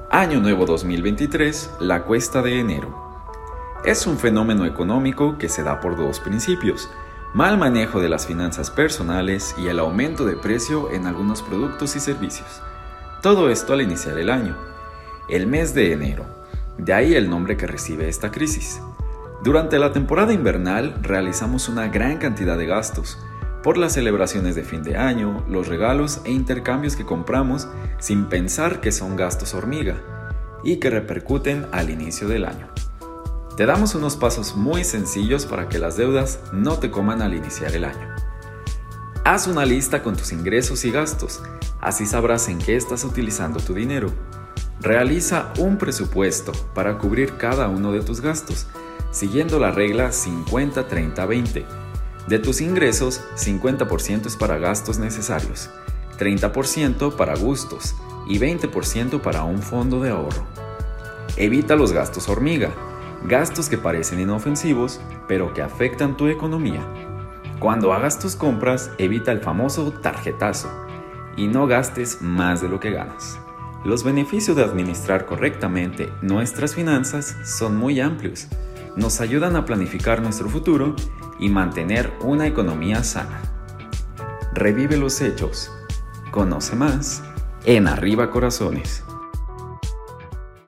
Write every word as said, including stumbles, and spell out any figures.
Año Nuevo dos mil veintitrés, la cuesta de enero. Es un fenómeno económico que se da por dos principios: mal manejo de las finanzas personales y el aumento de precio en algunos productos y servicios. Todo esto al iniciar el año, el mes de enero. De ahí el nombre que recibe esta crisis. Durante la temporada invernal realizamos una gran cantidad de gastos por las celebraciones de fin de año, los regalos e intercambios que compramos sin pensar que son gastos hormiga y que repercuten al inicio del año. Te damos unos pasos muy sencillos para que las deudas no te coman al iniciar el año. Haz una lista con tus ingresos y gastos, así sabrás en qué estás utilizando tu dinero. Realiza un presupuesto para cubrir cada uno de tus gastos, siguiendo la regla cincuenta treinta veinte. De tus ingresos, cincuenta por ciento es para gastos necesarios, treinta por ciento para gustos y veinte por ciento para un fondo de ahorro. Evita los gastos hormiga, gastos que parecen inofensivos, pero que afectan tu economía. Cuando hagas tus compras, evita el famoso tarjetazo y no gastes más de lo que ganas. Los beneficios de administrar correctamente nuestras finanzas son muy amplios. Nos ayudan a planificar nuestro futuro y mantener una economía sana. Revive los hechos. Conoce más en Arriba Corazones.